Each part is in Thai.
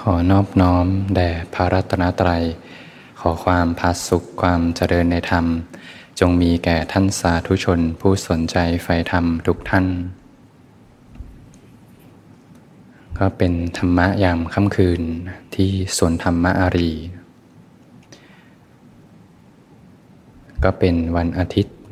ขอนอบน้อมแด่พระรัตนตรัยขอความผาสุกความเจริญในธรรมจงมีแก่ท่านสาธุชนผู้สนใจใฝ่ธรรมทุกท่านก็เป็นธรรมะยามค่ำคืนที่สวนธรรมอารี ก็เป็นวันอาทิตย์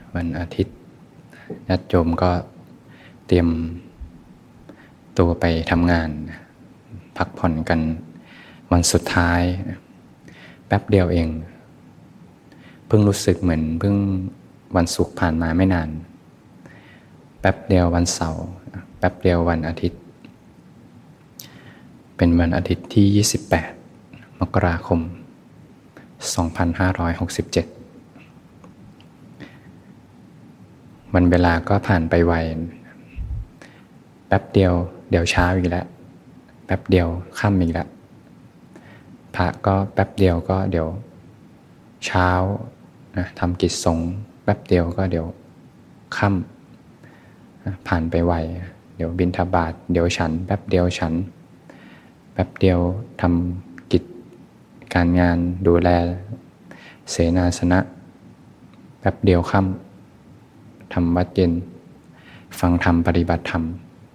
ญาติโยมก็เตรียมตัวไปทำงานพักผ่อนกันวันสุดท้ายแป๊บเดียวเองเพิ่งรู้สึกเหมือนเพิ่งวันศุกร์ผ่านมาไม่นานแป๊บเดียววันเสาร์แป๊บเดียววันอาทิตย์เป็นวันอาทิตย์ที่28 มกราคม 2567วันเวลาก็ผ่านไปไวแป๊บเดียวเดี๋ยวเช้าอีกแล้วแป๊บเดียวค่ำอีกแล้วพระก็แป๊บเดียวก็เดี๋ยวเช้านะทำกิจสงฆ์แป๊บเดียวก็เดี๋ยวค่ำผ่านไปไวเดี๋ยวบิณฑบาตเดี๋ยวฉันแป๊บเดียวฉันแป๊บเดียวทำกิจการงานดูแลเสนาสนะแป๊บเดียวค่ำทำวัดเย็นฟังธรรมปฏิบัติธรรม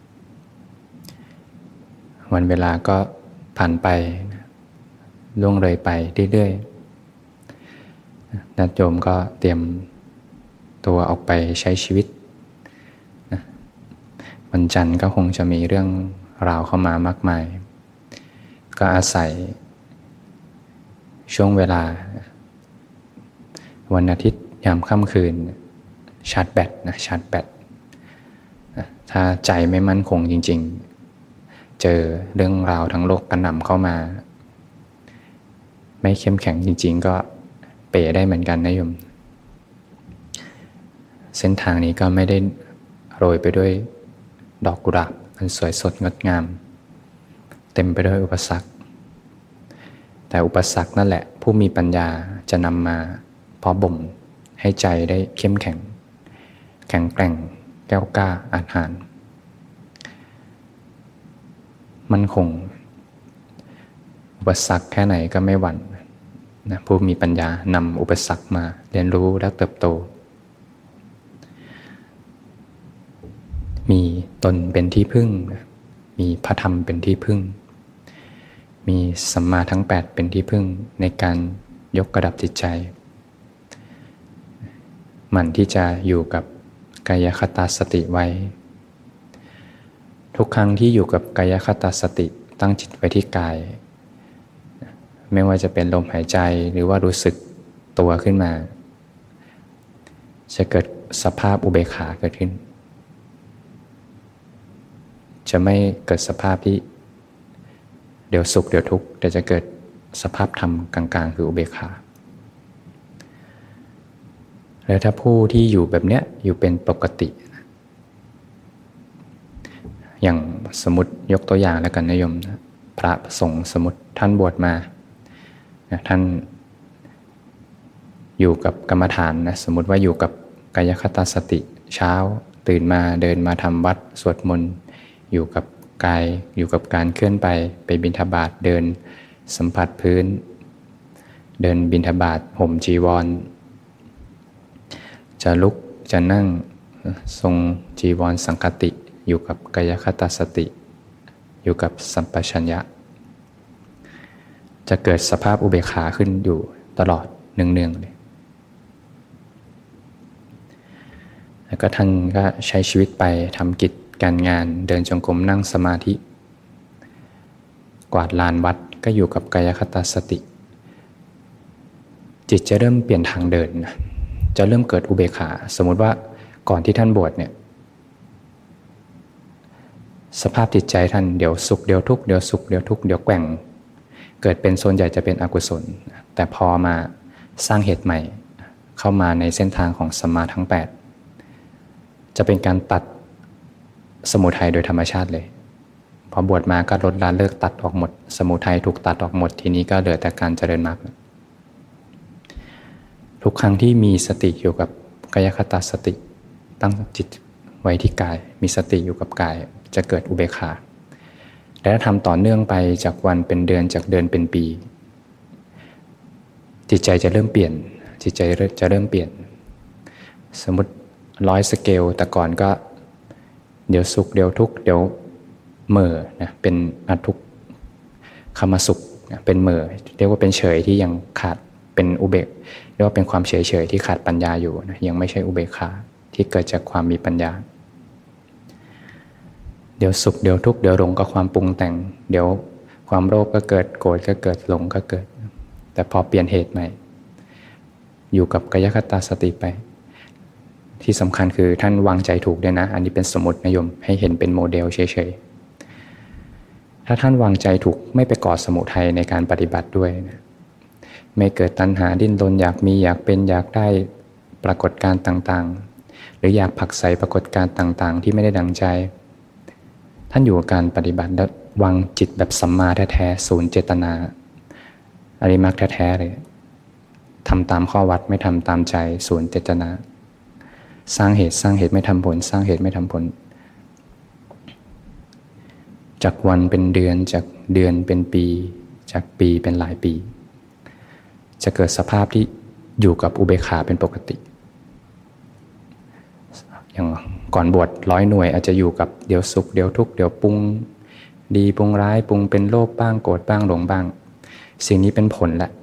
วันเวลาก็ผ่านไปล่วงเลยไปเรื่อยๆญาติโยมก็เตรียมตัวออกไปใช้ชีวิตวันจันทร์ก็คงจะมีเรื่องราวเข้ามามากมายก็อาศัยช่วงเวลาวันอาทิตย์ยามค่ำคืนชาร์จแบตถ้าใจไม่มั่นคงจริงๆเจอเรื่องราวทั้งโลกกระหน่ำเข้ามาไม่เข้มแข็งจริงๆก็เป๋ได้เหมือนกันนะโยมเส้นทางนี้ก็ไม่ได้โรยไปด้วยดอกกุหลาบอันสวยสดงดงามเต็มไปด้วยอุปสรรคแต่อุปสรรคนั่นแหละผู้มีปัญญาจะนำมาเพาะบ่มให้ใจได้เข้มแข็งแข็งแกร่งแก้วกล้าอาถรรพ์มั่นคงอุปสรรคแค่ไหนก็ไม่หวั่นนะผู้มีปัญญานำอุปสรรคมาเรียนรู้และเติบโตมีตนเป็นที่พึ่งมีพระธรรมเป็นที่พึ่งมีสัมมาทั้ง8เป็นที่พึ่งในการยกระดับจิตใจหมั่นที่จะอยู่กับกายคตาสติไว้ทุกครั้งที่อยู่กับกายคตาสติตั้งจิตไว้ที่กายไม่ว่าจะเป็นลมหายใจหรือว่ารู้สึกตัวขึ้นมาจะเกิดสภาพอุเบกขาเกิดขึ้นจะไม่เกิดสภาพที่เดี๋ยวสุขเดี๋ยวทุกข์แต่จะเกิดสภาพธรรมกลางๆคืออุเบกขาแล้วถ้าผู้ที่อยู่แบบเนี้ยอยู่เป็นปกติอย่างสมมติยกตัวอย่างแล้วกันนะโยมพระสงฆ์สมมติท่านบวชมาท่านอยู่กับกรรมฐานนะสมมติว่าอยู่กับกายคตาสติเช้าตื่นมาเดินมาทำวัดสวดมนต์อยู่กับกายอยู่กับการเคลื่อนไปบิณฑบาตเดินสัมผัสพื้นเดินบิณฑบาตห่มจีวรจะลุกจะนั่งทรงจีวรสังคติอยู่กับกายคตาสติอยู่กับสัมปชัญญะจะเกิดสภาพอุเบกขาขึ้นอยู่ตลอดเนืองๆเลยแล้วก็ท่านก็ใช้ชีวิตไปทำกิจการงานเดินจงกรมนั่งสมาธิกวาดลานวัดก็อยู่กับกายคตาสติจิตจะเริ่มเปลี่ยนทางเดินจะเริ่มเกิดอุเบกขาสมมุติว่าก่อนที่ท่านบวชเนี่ยสภาพจิตใจท่านเดี๋ยวสุขเดี๋ยวทุกข์เดี๋ยวสุขเดี๋ยวทุกข์เดี๋ยวแกว่งเกิดเป็นส่วนใหญ่จะเป็นอกุศลแต่พอมาสร้างเหตุใหม่เข้ามาในเส้นทางของสัมมาทั้ง8จะเป็นการตัดสมุทัยโดยธรรมชาติเลยพอบวชมาก็ลดละเลิกตัดออกหมดสมุทัยถูกตัดออกหมดทีนี้ก็เหลือแต่การเจริญมรรคทุกครั้งที่มีสติอยู่กับกายคตาสติตั้งจิตไว้ที่กายมีสติอยู่กับกายจะเกิดอุเบกขาแต่ถ้าทำต่อเนื่องไปจากวันเป็นเดือนจากเดือนเป็นปีจิตใจจะเริ่มเปลี่ยนจิตใจจะเริ่มเปลี่ยนสมมติ100สเกลแต่ก่อนก็เดี๋ยวสุขเดี๋ยวทุกข์เดี๋ยวเมื่อนะเป็นอทุกขมสุขนะเป็นเมื่อเรียกว่าเป็นเฉยที่ยังขาดเป็นอุเบกเรียกว่าเป็นความเฉยเฉยที่ขาดปัญญาอยู่นะยังไม่ใช่อุเบกขาที่เกิดจากความมีปัญญาเดี๋ยวสุขเดี๋ยวทุกข์เดี๋ยวหลงกับความปรุงแต่งเดี๋ยวความโลภก็เกิดโกรธก็เกิดหลงก็เกิดแต่พอเปลี่ยนเหตุใหม่อยู่กับกายคตาสติไปที่สำคัญคือท่านวางใจถูกด้วยนะอันนี้เป็นสมมตินะโยมให้เห็นเป็นโมเดลเฉยๆถ้าท่านวางใจถูกไม่ไปก่อสมุทัยในการปฏิบัติด้วยนะไม่เกิดตัณหาดิ้นรนอยากมีอยากเป็นอยากได้ปรากฏการณ์ต่างๆหรืออยากผลักไสปรากฏการณ์ต่างๆที่ไม่ได้ดังใจท่านอยู่กับการปฏิบัติแล้ววางจิตแบบสัมมาแท้ๆศูนย์เจตนาอริมักแท้ๆเลยทำตามข้อวัดไม่ทำตามใจศูนย์เจตนาสร้างเหตุไม่ทำผลสร้างเหตุไม่ทำผลจากวันเป็นเดือนจากเดือนเป็นปีจากปีเป็นหลายปีจะเกิดสภาพที่อยู่กับอุเบกขาเป็นปกติอย่างก่อนบวช100 หน่วยอาจจะอยู่กับเดี๋ยวสุขเดี๋ยวทุกข์เดี๋ยวปรุงดีปรุงร้ายปรุงเป็นโลภบ้างโกรธบ้างหลงบ้างสิ่งนี้เป็นผลแหละ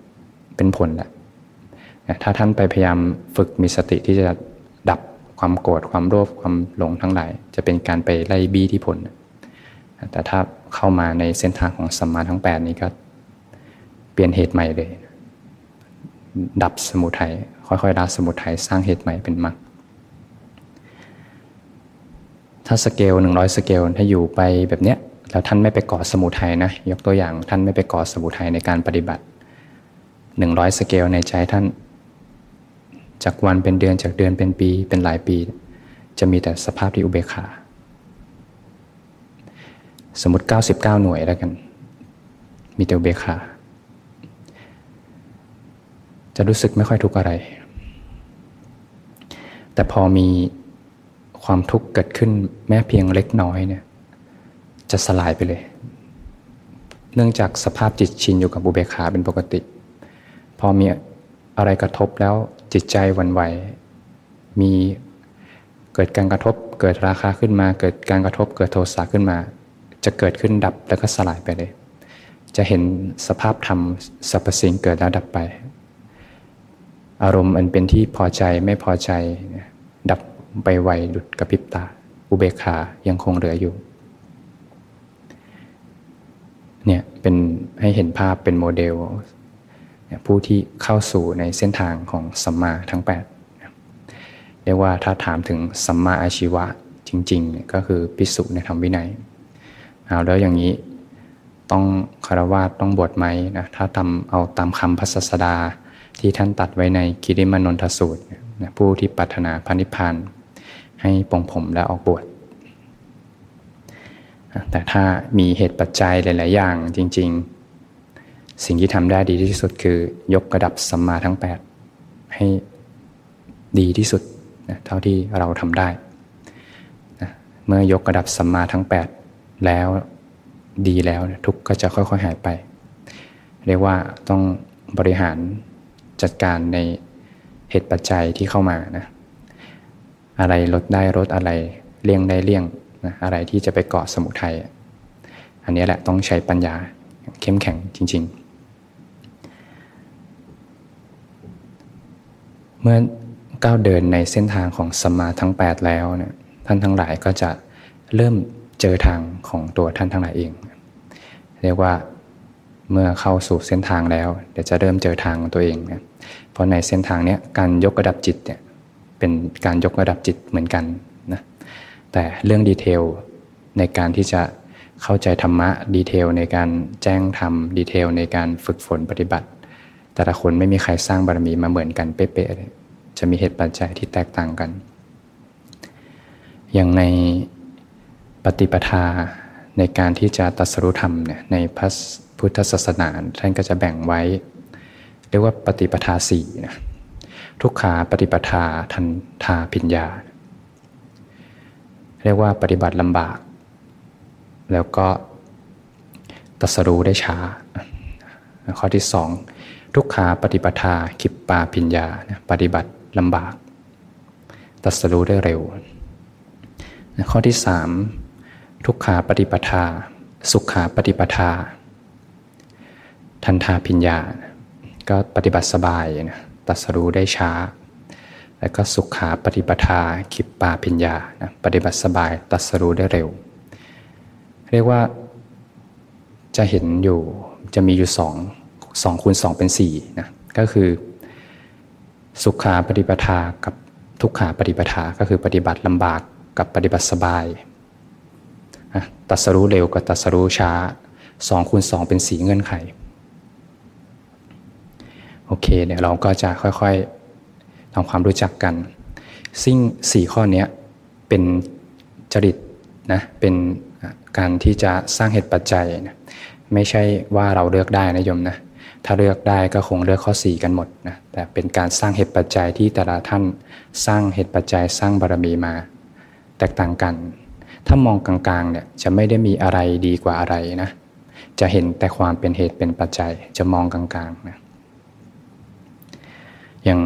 ถ้าท่านไปพยายามฝึกมีสติที่จะดับความโกรธความโลภความหลงทั้งหลายจะเป็นการไปไล่บี้ที่ผลแต่ถ้าเข้ามาในเส้นทางของสัมมาทั้ง8นี้ก็เปลี่ยนเหตุใหม่เลยดับสมุทัยค่อยๆละสมุทัยสร้างเหตุใหม่เป็นมรรคถ้าสเกล100สเกลถ้าอยู่ไปแบบเนี้ยแล้วท่านไม่ไปก่อสมุทัยนะยกตัวอย่างท่านไม่ไปก่อสมุทัยในการปฏิบัติ100สเกลในใจท่านจากวันเป็นเดือนจากเดือนเป็นปีเป็นหลายปีจะมีแต่สภาพที่อุเบกขาสมมติ99 หน่วยแล้วกันมีแต่อุเบกขาจะรู้สึกไม่ค่อยทุกข์อะไรแต่พอมีความทุกข์เกิดขึ้นแม้เพียงเล็กน้อยเนี่ยจะสลายไปเลยเนื่องจากสภาพจิตชินอยู่กับอุเบกขาเป็นปกติพอมีอะไรกระทบแล้วจิตใจหวั่นไหวมีเกิดการกระทบเกิดราคะขึ้นมาเกิดการกระทบเกิดโทสะขึ้นมาจะเกิดขึ้นดับแล้วก็สลายไปเลยจะเห็นสภาพธรรมสรรพสิ่งเกิดแล้วดับไปอารมณ์อันเป็นที่พอใจไม่พอใจดับไปไวดุจกระพริบตาอุเบกขายังคงเหลืออยู่เนี่ยเป็นให้เห็นภาพเป็นโมเดลผู้ที่เข้าสู่ในเส้นทางของสัมมาทั้ง8เรียกว่าถ้าถามถึงสัมมาอาชีวะจริงๆก็คือภิกษุในธรรมวินัยเอาแล้วอย่างนี้ต้องคฤหัสถ์ต้องบวชไหมนะถ้าเอาตามคำพระศาสดาที่ท่านตัดไว้ในกิริมานนทสูตรนะผู้ที่ปรารถนาพระนิพพานให้ปลงผมและออกบวชแต่ถ้ามีเหตุปัจจัยหลายๆอย่างจริงๆสิ่งที่ทำได้ดีที่สุดคือยกระดับสัมมาทั้ง8ให้ดีที่สุดนะเท่าที่เราทำได้นะเมื่อยกระดับสัมมาทั้ง8แล้วดีแล้วทุกข์ก็จะค่อยๆหายไปเรียกว่าต้องบริหารจัดการในเหตุปัจจัยที่เข้ามานะอะไรลดได้ลดอะไรเลี่ยงได้เลี่ยงนะอะไรที่จะไปเกาะสมุทัยอันนี้แหละต้องใช้ปัญญาเข้มแข็งจริงๆเมื่อก้าวเดินในเส้นทางของสัมมาทั้ง8แล้วเนี่ยท่านทั้งหลายก็จะเริ่มเจอทางของตัวท่านทั้งหลายเองเรียกว่าเมื่อเข้าสู่เส้นทางแล้วเดี๋ยวจะเริ่มเจอทางของตัวเองนะเพราะในเส้นทางนี้การยกระดับจิตเนี่ยเป็นการยกระดับจิตเหมือนกันนะแต่เรื่องดีเทลในการที่จะเข้าใจธรรมะดีเทลในการแจ้งธรรมดีเทลในการฝึกฝนปฏิบัติแต่ละคนไม่มีใครสร้างบารมีมาเหมือนกันเป๊ะๆเลยจะมีเหตุปัจจัยที่แตกต่างกันอย่างในปฏิปทาในการที่จะตรัสรู้ธรรมเนี่ยในพระพุทธศาสนาท่านก็จะแบ่งไว้เรียกว่าปฏิปทา4นะทุกขาปฏิปทาทันทาพิญญาเรียกว่าปฏิบัติลำบากแล้วก็ตรัสรู้ได้ช้าข้อที่สองทุกขาปฏิปทาคิปปาปิญญาปฏิบัติลำบากตรัสรู้ได้เร็วข้อที่สามทุกขาปฏิปทาสุขาปฏิปทาทันทาปิญญาก็ปฏิบัติสบายนะตรัสรู้ได้ช้าแล้วก็สุขาปฏิปทาคิปปาปิญญานะปฏิบัติสบายตรัสรู้ได้เร็วเรียกว่าจะเห็นอยู่จะมีอยู่2 คูณ 2เป็น4นะก็คือสุขาปฏิปทากับทุกขาปฏิปทาก็คือปฏิบัติลำบากกับปฏิบัติสบายตรัสรู้เร็วกับตรัสรู้ช้า2 คูณ 2เป็น4เงื่อนไขโอเคเดี๋ยวเราก็จะค่อยๆทำความรู้จักกันซึ่ง4ข้อนี้เป็นจริตนะเป็นการที่จะสร้างเหตุปัจจัยนะไม่ใช่ว่าเราเลือกได้นะโยมนะถ้าเลือกได้ก็คงเลือกข้อ4กันหมดนะแต่เป็นการสร้างเหตุปัจจัยที่แต่ละท่านสร้างเหตุปัจจัยสร้างบารมีมาแตกต่างกันถ้ามองกลางๆเนี่ยจะไม่ได้มีอะไรดีกว่าอะไรนะจะเห็นแต่ความเป็นเหตุเป็นปัจจัยจะมองกลางๆนะอย่าง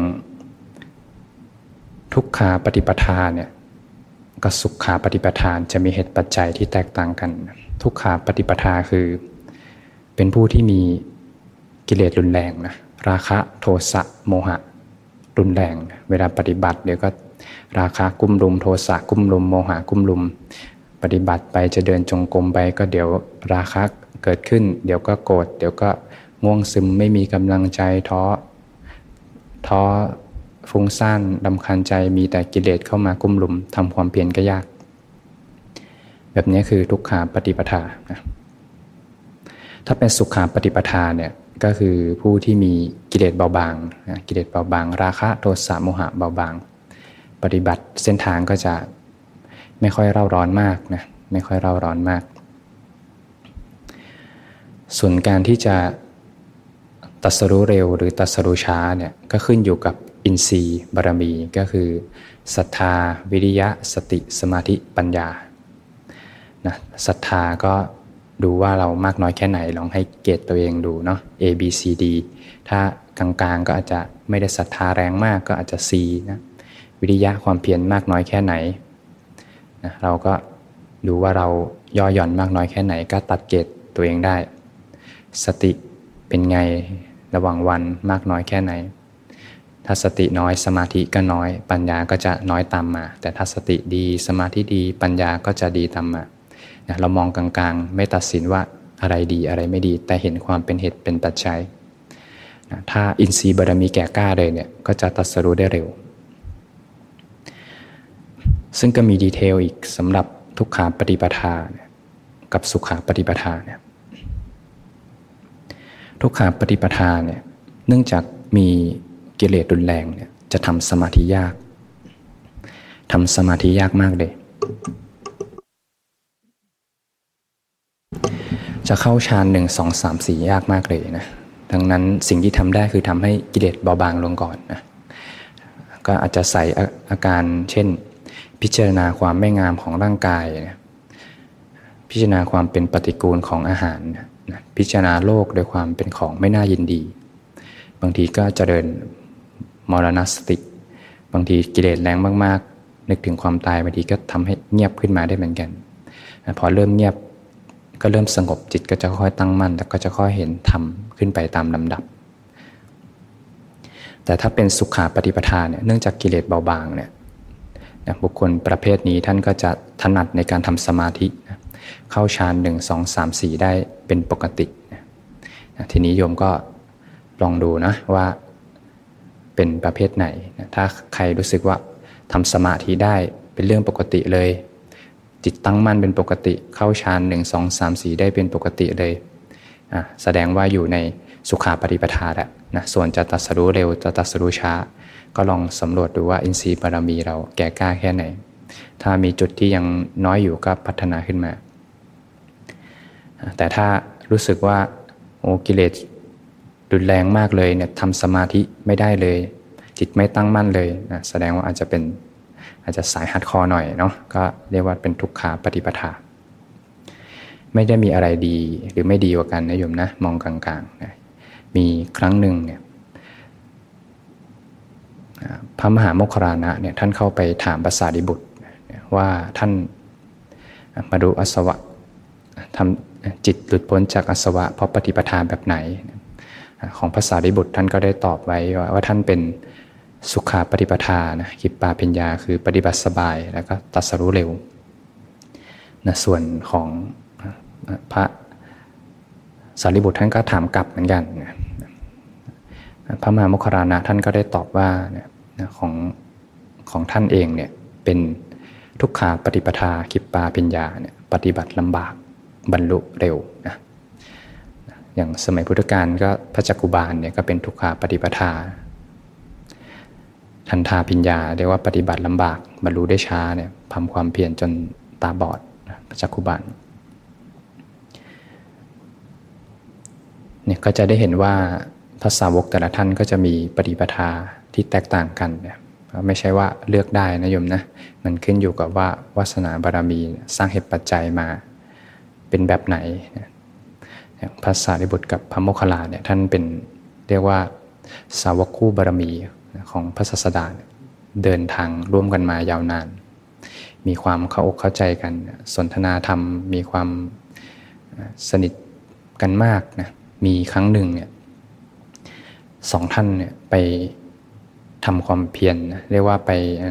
ทุกขาปฏิปทาเนี่ยกับสุขาปฏิปทาจะมีเหตุปัจจัยที่แตกต่างกันทุกขาปฏิปทาคือเป็นผู้ที่มีกิเลสรุนแรงนะราคะโทสะโมหะรุนแรงเวลาปฏิบัติเดี๋ยวก็ราคะกุ้มรุมโทสะกุ้มรุมโมหะกุ้มรุมปฏิบัติไปจะเดินจงกรมไปก็เดี๋ยวราคะเกิดขึ้นเดี๋ยวก็โกรธเดี๋ยวก็ง่วงซึมไม่มีกำลังใจท้อฟุ้งซ่านรำคาญใจมีแต่กิเลสเข้ามากุ้มรุมทำความเพียรก็ยากแบบนี้คือทุกขาปฏิปทานะถ้าเป็นสุขาปฏิปทาเนี่ยก็คือผู้ที่มีกิเลสเบาบางนะกิเลสเบาบางราคะโทสะโมหะเบาบางปฏิบัติเส้นทางก็จะไม่ค่อยเร่าร้อนมากนะไม่ค่อยเร่าร้อนมากส่วนการที่จะตรัสรู้เร็วหรือตรัสรู้ช้าเนี่ยก็ขึ้นอยู่กับอินทรีย์บารมีก็คือศรัทธาวิริยะสติสมาธิปัญญานะศรัทธาก็ดูว่าเรามากน้อยแค่ไหนลองให้เกรดตัวเองดูเนาะ A B C D ถ้ากลางๆก็อาจจะไม่ได้ศรัทธาแรงมากก็อาจจะ C นะวิริยะความเพียรมากน้อยแค่ไหนนะเราก็ดูว่าเราย่อหย่อนมากน้อยแค่ไหนก็ตัดเกรดตัวเองได้สติเป็นไงระหว่างวันมากน้อยแค่ไหนถ้าสติน้อยสมาธิก็น้อยปัญญาก็จะน้อยตามมาแต่ถ้าสติดีสมาธิดีปัญญาก็จะดีตามมาเรามองกลางๆไม่ตัดสินว่าอะไรดีอะไรไม่ดีแต่เห็นความเป็นเหตุเป็นปัจจัยถ้าอินทรีย์บารมีแก่กล้าเลยเนี่ยก็จะตรัสรู้ได้เร็วซึ่งก็มีดีเทลอีกสำหรับทุกขาปฏิปทากับสุขาปฏิปทาเนี่ยทุกขาปฏิปทาเนี่ยเนื่องจากมีกิเลสรุนแรงเนี่ยจะทำสมาธิยากทำสมาธิยากมากเลยจะเข้าฌาน1 2 3 4ยากมากเลยนะดังนั้นสิ่งที่ทำได้คือทำให้กิเลสเบาบางลงก่อนนะก็อาจจะใส่อาการเช่นพิจารณาความไม่งามของร่างกายนะพิจารณาความเป็นปฏิกูลของอาหารนะพิจารณาโลกโดยความเป็นของไม่น่ายินดีบางทีก็เจริญมรณสติบางทีกิเลสแรงมากๆนึกถึงความตายบางทีก็ทำให้เงียบขึ้นมาได้เหมือนกันพอเริ่มเงียบก็เริ่มสงบจิตก็จะค่อยตั้งมั่นแล้วก็จะค่อยเห็นธรรมขึ้นไปตามลำดับแต่ถ้าเป็นสุขาปฏิปทาเนี่ยเนื่องจากกิเลสเบาบางเนี่ยบุคคลประเภทนี้ท่านก็จะถนัดในการทำสมาธิเข้าฌาน1 2 3 4ได้เป็นปกติทีนี้โยมก็ลองดูนะว่าเป็นประเภทไหนถ้าใครรู้สึกว่าทำสมาธิได้เป็นเรื่องปกติเลยจิตตั้งมั่นเป็นปกติเข้าฌาน1 2 3 4ได้เป็นปกติเลยแสดงว่าอยู่ในสุขาปฏิปทาแหละนะส่วนจะตรัสรู้เร็วจะตรัสรู้ช้าก็ลองสำรวจดูว่าอินทรีย์บารมีเราแก่กล้าแค่ไหนถ้ามีจุดที่ยังน้อยอยู่ก็พัฒนาขึ้นมาแต่ถ้ารู้สึกว่ากิเลสรุนแรงมากเลยเนี่ยทำสมาธิไม่ได้เลยจิตไม่ตั้งมั่นเลยนะแสดงว่าอาจจะสายฮาร์ดคอร์หน่อยเนาะก็เรียกว่าเป็นทุกขาปฏิปทาไม่ได้มีอะไรดีหรือไม่ดีกว่ากันนะโยมนะมองกลางๆนะมีครั้งหนึ่งเนี่ยพระมหาโมคคัลลานะเนี่ยท่านเข้าไปถามพระสารีบุตรว่าท่านบรรลุอาสวะทำจิตหลุดพ้นจากอาสวะเพราะปฏิปทาแบบไหนของพระสารีบุตรท่านก็ได้ตอบไว้ว่าท่านเป็นสุขาปฏิปทานะคิปปาปัญญาคือปฏิบัติสบายแล้วก็ตรัสรู้เร็วนะส่วนของพระสารีบุตรท่านก็ถามกลับเหมือนกันพระมหาโมคคัลลานะท่านก็ได้ตอบว่าของท่านเองเนี่ยเป็นทุกขาปฏิปทาคิปปาปัญญาเนี่ยปฏิบัติลำบากบรรลุเร็วนะอย่างสมัยพุทธกาลก็พระจักกุบาลเนี่ยก็เป็นทุกขาปฏิปทาทันทาปัญญาเรียกว่าปฏิบัติลำบากบรรลุได้ช้าเนี่ยทำความเพียรจนตาบอดพระจักกุบาลเนี่ยก็จะได้เห็นว่าพระสาวกแต่ละท่านก็จะมีปฏิปทาที่แตกต่างกันเนี่ยไม่ใช่ว่าเลือกได้นะโยมนะมันขึ้นอยู่กับว่าวาสนาบารมีสร้างเหตุปัจจัยมาเป็นแบบไหนอย่างพระสารีบุตรกับพระโมคคัลลาเนี่ยท่านเป็นเรียกว่าสาวกคู่บารมีของพระศาสดาเดินทางร่วมกันมายาวนานมีความเข้าอกเข้าใจกันสนทนาธรรมมีความสนิทกันมากนะมีครั้งหนึ่งเนี่ยสองท่านเนี่ยไปทำความเพียรนะเรียกว่า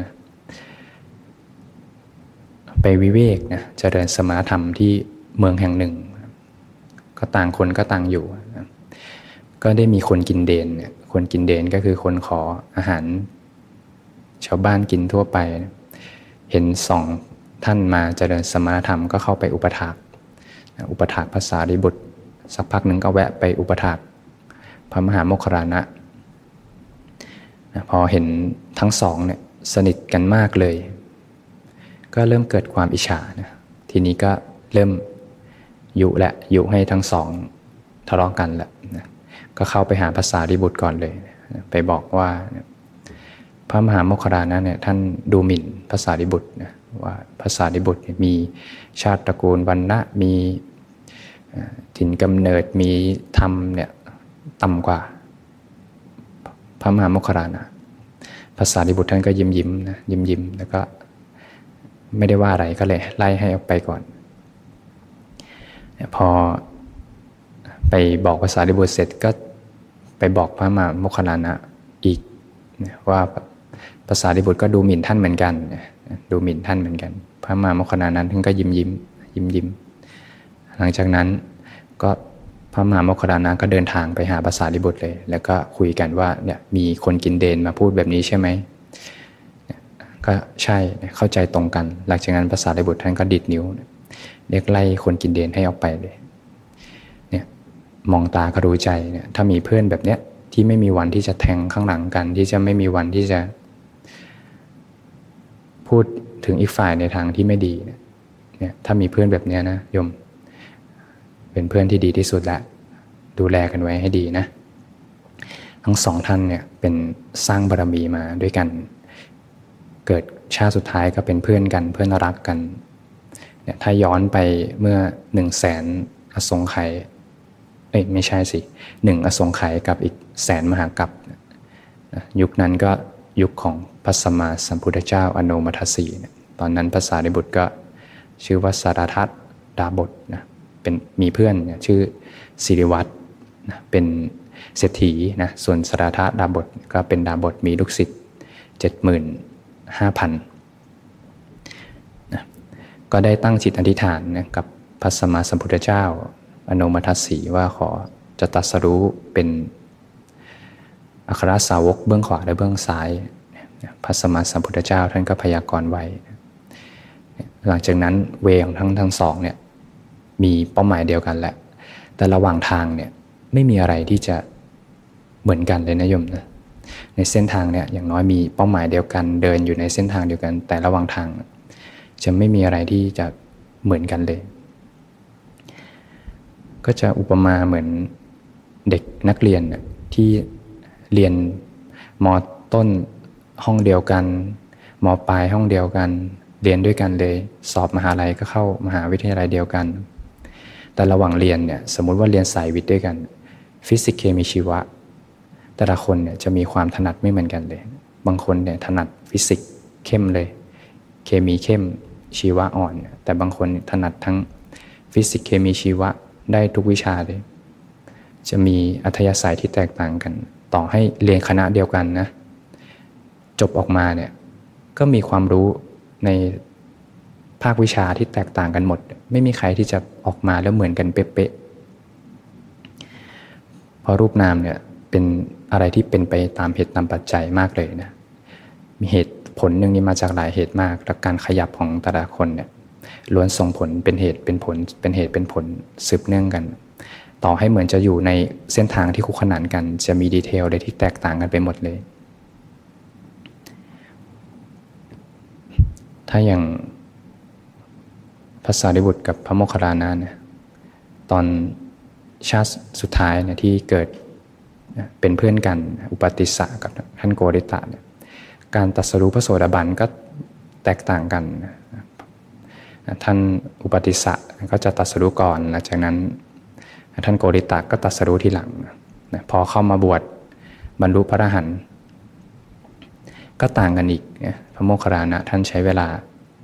ไปวิเวกนะเจริญสมณธรรมที่เมืองแห่งหนึ่งก็ต่างคนก็ต่างอยู่นะก็ได้มีคนกินเดนเนี่ยคนกินเดนก็คือคนขออาหารชาวบ้านกินทั่วไปนะเห็นสองท่านมาเจริญสมณธรรมก็เข้าไปอุปถากพระสารีบุตรสักพักหนึ่งก็แวะไปอุปถากพระมหาโมคคัลลานะพอเห็นทั้งสองเนี่ยสนิทกันมากเลยก็เริ่มเกิดความอิจฉานะทีนี้ก็เริ่มยุให้ทั้งสองทะเลาะกันแหละนะก็เข้าไปหาพระสารีบุตรก่อนเลยไปบอกว่าพระมหาโมคคัลลานะเนี่ยท่านดูหมิ่นพระสารีบุตรนะว่าพระสารีบุตรมีชาติตระกูลวรรณะมีถิ่นกำเนิดมีธรรมเนี่ยต่ำกว่าพระมหาโมคคัลลานะพระสารีบุตรท่านก็ยิ้มนะยิ้มแล้วก็ไม่ได้ว่าอะไรก็เลยไล่ให้ออกไปก่อนพอไปบอกพระสารีบุตรเสร็จก็ไปบอกพระมหาโมคคัลลานะอีกว่าพระสารีบุตรก็ดูหมิ่นท่านเหมือนกันดูหมิ่นท่านเหมือนกันพระมหาโมคคัลลานะท่านก็ยิ้มหลังจากนั้นก็พระมหาโมคคัลลานะก็เดินทางไปหาพระสารีบุตรเลยแล้วก็คุยกันว่าเนี่ยมีคนกินเดนมาพูดแบบนี้ใช่ไหมก็ใช่เข้าใจตรงกันหลังจากนั้นพระสารีบุตรท่านก็ดิดนิ้วเรียกไล่คนกินเดนให้ออกไปเลยเนี่ยมองตาก็รู้ใจเนี่ยถ้ามีเพื่อนแบบเนี้ยที่ไม่มีวันที่จะแทงข้างหลังกันที่จะไม่มีวันที่จะพูดถึงอีกฝ่ายในทางที่ไม่ดีเนี่ยถ้ามีเพื่อนแบบเนี้ยนะโยมเป็นเพื่อนที่ดีที่สุดละดูแลกันไว้ให้ดีนะทั้งสองท่านเนี่ยเป็นสร้างบารมีมาด้วยกันเกิดชาติสุดท้ายก็เป็นเพื่อนกันเพื่อนรักกันเนี่ยถ้าย้อนไปเมื่อ100,000 อสงไขยไม่ใช่สิ1 อสงไขยกับอีก100,000 มหากัปยุคนั้นก็ยุคของพระสัมมาสัมพุทธเจ้าอโนมัทสีตอนนั้นพระสารีบุตรก็ชื่อว่าสาราทัตดาบทนะเป็นมีเพื่อนชื่อสิริวัตรนะเป็นเศรษฐีนะส่วนสาราทัตดาบทก็เป็นดาบทมีลูกศิษย์ 75,000 นะก็ได้ตั้งจิตอธิษฐานนะกับพระสัมมาสัมพุทธเจ้าอโนมัทสีว่าขอจะตรัสรู้เป็นอัครสาวกเบื้องขวาและเบื้องซ้ายพระสัมมาสัมพุทธเจ้าท่านก็พยากรณ์ไว้หลังจากนั้นเวของทั้งสองเนี่ยมีเป้าหมายเดียวกันแหละแต่ระหว่างทางเนี่ยไม่มีอะไรที่จะเหมือนกันเลยนะโยมนะในเส้นทางเนี่ยอย่างน้อยมีเป้าหมายเดียวกันเดินอยู่ในเส้นทางเดียวกันแต่ระหว่างทางจะไม่มีอะไรที่จะเหมือนกันเลยก็จะอุปมาเหมือนเด็กนักเรียนที่เรียนม.ต้นห้องเดียวกันม.ปลายห้องเดียวกันเรียนด้วยกันเลยสอบมหาลัยก็เข้ามหาวิทยาลัยเดียวกันแต่ระหว่างเรียนเนี่ยสมมุติว่าเรียนสายวิทย์ด้วยกันฟิสิกส์เคมีชีวะแต่ละคนเนี่ยจะมีความถนัดไม่เหมือนกันเลยบางคนเนี่ยถนัดฟิสิกส์เข้มเลยเคมีเข้มชีวะอ่อนแต่บางคนถนัดทั้งฟิสิกส์เคมีชีวะได้ทุกวิชาเลยจะมีอัธยาศัยที่แตกต่างกันต่อให้เรียนคณะเดียวกันนะจบออกมาเนี่ยก็มีความรู้ในภาควิชาที่แตกต่างกันหมดไม่มีใครที่จะออกมาแล้วเหมือนกันเป๊ะๆเพราะรูปนามเนี่ยเป็นอะไรที่เป็นไปตามเหตุตามปัจจัยมากเลยนะมีเหตุผลหนึ่งนี้มาจากหลายเหตุมากและการขยับของแต่ละคนเนี่ยล้วนส่งผลเป็นเหตุเป็นผลเป็นเหตุเป็นผลสืบเนื่องกันต่อให้เหมือนจะอยู่ในเส้นทางที่คู่ขนานกันจะมีดีเทลอะไรที่แตกต่างกันไปหมดเลยถ้าอย่างพระสารีบุตรกับพระโมคคัลลานะเนี่ยตอนชาติสุดท้ายเนี่ยที่เกิดเป็นเพื่อนกันอุปติสสะกับท่านโกริตะเนี่ยการตรัสรู้พระโสดาบันก็แตกต่างกันท่านอุปติสสะก็จะตรัสรู้ก่อนหลังจากนั้นท่านโกริตะก็ตรัสรู้ทีหลังพอเข้ามาบวชบรรลุพระอรหันต์ก็ต่างกันอีกพระโมคคัลลานะท่านใช้เวลา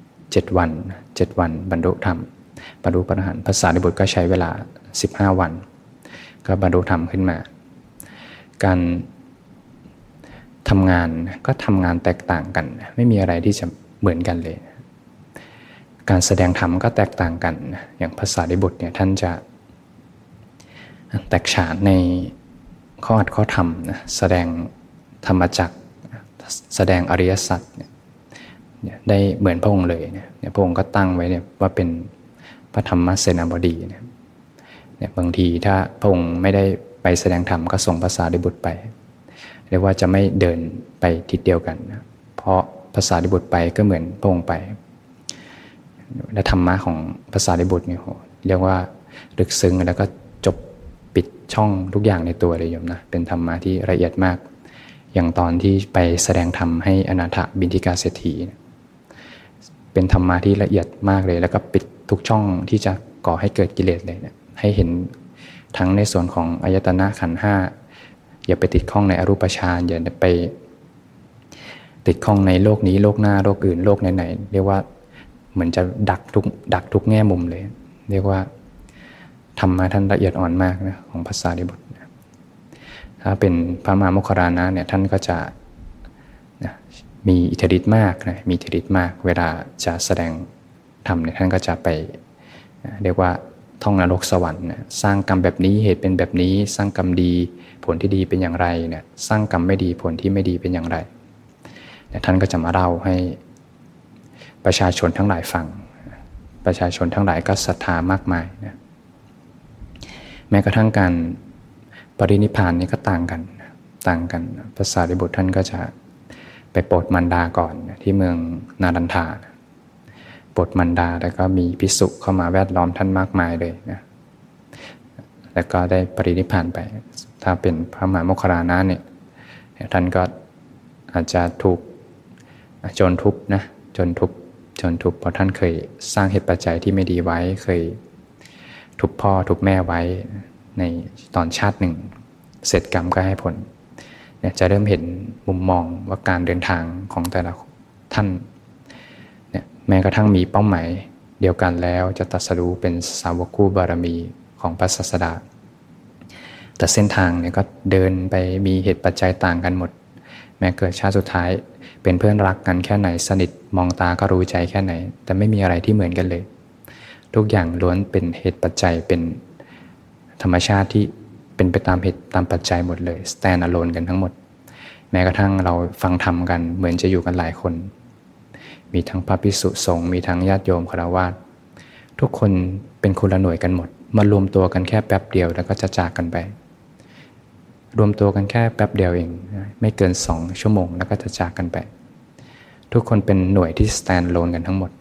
7 วันบรรลุธรรมบรรลุพระอรหันต์พระสารีบุตรก็ใช้เวลา15 วันก็บรรลุธรรมขึ้นมาการทำงานก็ทำงานแตกต่างกันไม่มีอะไรที่จะเหมือนกันเลยการแสดงธรรมก็แตกต่างกันอย่างพระสารีบุตรเนี่ยท่านจะแตกฉานในข้ออัดข้อธรรมแสดงธรรมจักรแสดงอริยสัจได้เหมือนพระองค์เลยเนี่ยพระองค์ก็ตั้งไว้เนี่ยว่าเป็นพระธรรมเสนาบดีเนี่ยบางทีถ้าพระองค์ไม่ได้ไปแสดงธรรมก็ส่งพระสารีบุตรไปเรียกว่าจะไม่เดินไปทิศเดียวกันเพราะพระสารีบุตรไปก็เหมือนพระองค์ไปและธรรมะของพระสารีบุตรเนี่ยเรียกว่าลึกซึ้งแล้วก็จบปิดช่องทุกอย่างในตัวเลยโยมนะเป็นธรรมะที่ละเอียดมากอย่างตอนที่ไปแสดงธรรมให้อนาถบิณฑิกาเศรษฐีเป็นธรรมะที่ละเอียดมากเลยแล้วก็ปิดทุกช่องที่จะก่อให้เกิดกิเลสเลยนะให้เห็นทั้งในส่วนของอายตนะขันธ์ห้าอย่าไปติดข้องในอรูปฌานอย่าไปติดข้องในโลกนี้โลกหน้าโลกอื่นโลกไหนๆเรียกว่าเหมือนจะดักทุกแง่มุมเลยเรียกว่าธรรมะท่านละเอียดอ่อนมากนะของพระสารีบุตรถ้าเป็นพระมหาโมคคัลลานะเนี่ยท่านก็จะมีอิทธิฤทธิ์มากนะมีอิทธิฤทธิ์มากเวลาจะแสดงธรรมเนี่ยท่านก็จะไปเรียกว่าท่องนรกสวรรค์สร้างกรรมแบบนี้เหตุเป็นแบบนี้สร้างกรรมดีผลที่ดีเป็นอย่างไรเนี่ยสร้างกรรมไม่ดีผลที่ไม่ดีเป็นอย่างไรท่านก็จะมาเล่าให้ประชาชนทั้งหลายฟังประชาชนทั้งหลายก็ศรัทธามากมายนะแม้กระทั่งการปรินิพพานนี่ก็ต่างกันพระสารีบุตรท่านก็จะไปโปรดมารดาก่อนที่เมืองนารันทาโปรดมารดาแล้วก็มีภิกษุเข้ามาแวดล้อมท่านมากมายเลยนะแล้วก็ได้ปรินิพพานไปถ้าเป็นพระมหาโมคคัลลานะเนี่ยท่านก็อาจจะถูกโจรทุบนะโจรทุบเพราะท่านเคยสร้างเหตุปัจจัยที่ไม่ดีไว้เคยทุบพ่อทุบแม่ไว้ในตอนชาติหนึ่งเสร็จกรรมก็ให้ผลเนี่ยจะเริ่มเห็นมุมมองว่าการเดินทางของแต่ละท่านเนี่ยแม้กระทั่งมีเป้าหมายเดียวกันแล้วจะตรัสรู้เป็นสาวกคู่บารมีของพระศาสดาแต่เส้นทางเนี่ยก็เดินไปมีเหตุปัจจัยต่างกันหมดแม้เกิดชาติสุดท้ายเป็นเพื่อนรักกันแค่ไหนสนิทมองตาก็รู้ใจแค่ไหนแต่ไม่มีอะไรที่เหมือนกันเลยทุกอย่างล้วนเป็นเหตุปัจจัยเป็นธรรมชาติที่เป็นไปตามเหตุตามปัจจัยหมดเลย stand alone กันทั้งหมดแม้กระทั่งเราฟังธรรมกันเหมือนจะอยู่กันหลายคนมีทั้งพระภิกษุสงฆ์มีทั้งญาติโยมฆราวาสทุกคนเป็นคนละหน่วยกันหมดมารวมตัวกันแค่แป๊บเดียวแล้วก็จะจากกันไปรวมตัวกันแค่แป๊บเดียวเองไม่เกิน2 ชั่วโมงแล้วก็จะจากกันไปทุกคนเป็นหน่วยที่ stand alone กันทั้งหมด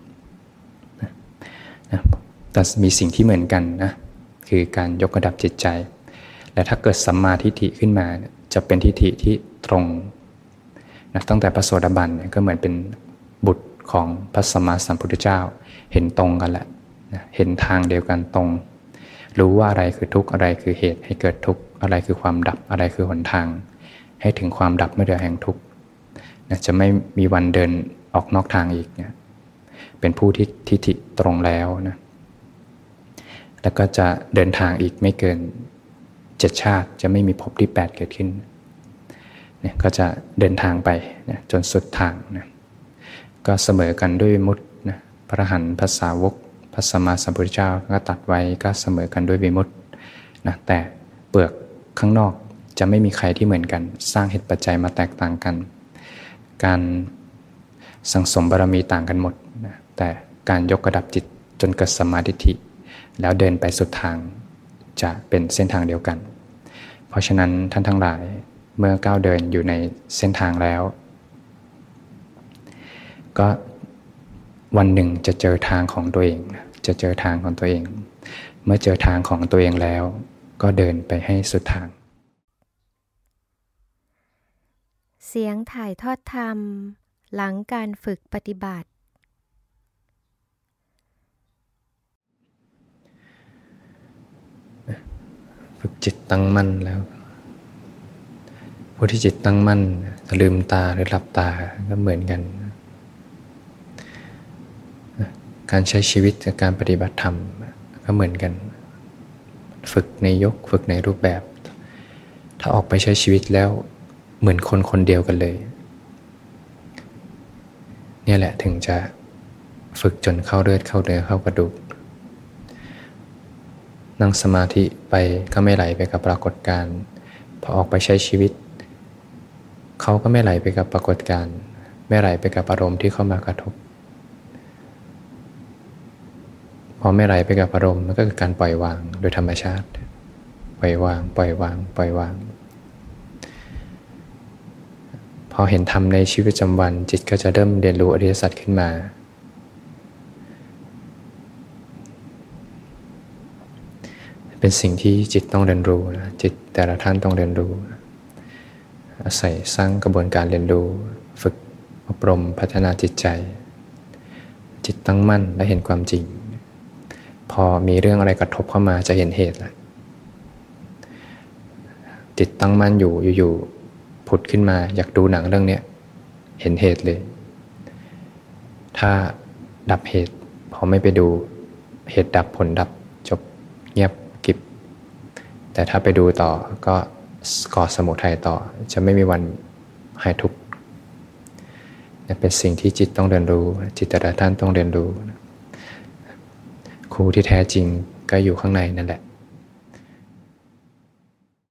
แต่มีสิ่งที่เหมือนกันนะคือการยกระดับจิตใจและถ้าเกิดสัมมาทิฏฐิขึ้นมาจะเป็นทิฏฐิที่ตรงนะตั้งแต่พระโสดาบันก็เหมือนเป็นบุตรของพระสัมมาสัมพุทธเจ้าเห็นตรงกันแหละนะเห็นทางเดียวกันตรงรู้ว่าอะไรคือทุกข์อะไรคือเหตุให้เกิดทุกข์อะไรคือความดับอะไรคือหนทางให้ถึงความดับเมื่อเดือแห่งทุกข์จะไม่มีวันเดินออกนอกทางอีกเนี่ยเป็นผู้ที่ทิฏฐิตรงแล้วนะแล้วก็จะเดินทางอีกไม่เกิน7 ชาติจะไม่มีภพที่8เกิดขึ้นเนี่ยก็จะเดินทางไปนะจนสุดทางนะก็เสมอกันด้วยวิมุตตินะพระอรหันต์พระสาวกพระสัมมาสัมพุทธเจ้าก็ตัดไว้ก็เสมอกันด้วยวิมุตตินะแต่เปลือกข้างนอกจะไม่มีใครที่เหมือนกันสร้างเหตุปัจจัยมาแตกต่างกันการสังสมบารมีต่างกันหมดนะแต่การยกระดับจิตจนเกิดสัมมาทิฏฐิแล้วเดินไปสุดทางจะเป็นเส้นทางเดียวกันเพราะฉะนั้นท่านทั้งหลายเมื่อก้าวเดินอยู่ในเส้นทางแล้วก็วันหนึ่งจะเจอทางของตัวเองจะเจอทางของตัวเองเมื่อเจอทางของตัวเองแล้วก็เดินไปให้สุดทางเสียงถ่ายทอดธรรมหลังการฝึกปฏิบัติฝึกจิตตั้งมั่นแล้วผู้ที่จิตตั้งมั่นจะลืมตาหรือหลับตาก็เหมือนกันการใช้ชีวิตกับการปฏิบัติธรรมก็เหมือนกันฝึกในยกฝึกในรูปแบบถ้าออกไปใช้ชีวิตแล้วเหมือนคนคนเดียวกันเลยเนี่ยแหละถึงจะฝึกจนเข้าเลือดเข้าเนื้อเข้ากระดูกนั่งสมาธิไปก็ไม่ไหลไปกับปรากฏการณ์พอออกไปใช้ชีวิตเขาก็ไม่ไหลไปกับปรากฏการณ์ไม่ไหลไปกับอารมณ์ที่เข้ามากระทบพอไม่ไหลไปกับอารมณ์มันก็คือการปล่อยวางโดยธรรมชาติปล่อยวางปล่อยวางปล่อยวางพอเห็นธรรมในชีวิตประจำวันจิตก็จะเริ่มเรียนรู้อริยสัจขึ้นมาเป็นสิ่งที่จิตต้องเรียนรู้นะจิตแต่ละท่านต้องเรียนรู้อาศัยสร้างกระบวนการเรียนรู้ฝึกอบรมพัฒนาจิตใจจิตตั้งมั่นและเห็นความจริงพอมีเรื่องอะไรกระทบเข้ามาจะเห็นเหตุแล้วจิตตั้งมั่นอยู่ผุดขึ้นมาอยากดูหนังเรื่องนี้เห็นเหตุเลยถ้าดับเหตุพอไม่ไปดูเหตุดับผลดับจบเงียบกิบแต่ถ้าไปดูต่อก็ก่อสมุทัยต่อจะไม่มีวันหายทุกข์เป็นสิ่งที่จิตต้องเรียนรู้จิตแต่ละท่านต้องเรียนรู้ครูที่แท้จริงก็อยู่ข้างในนั่นแหละ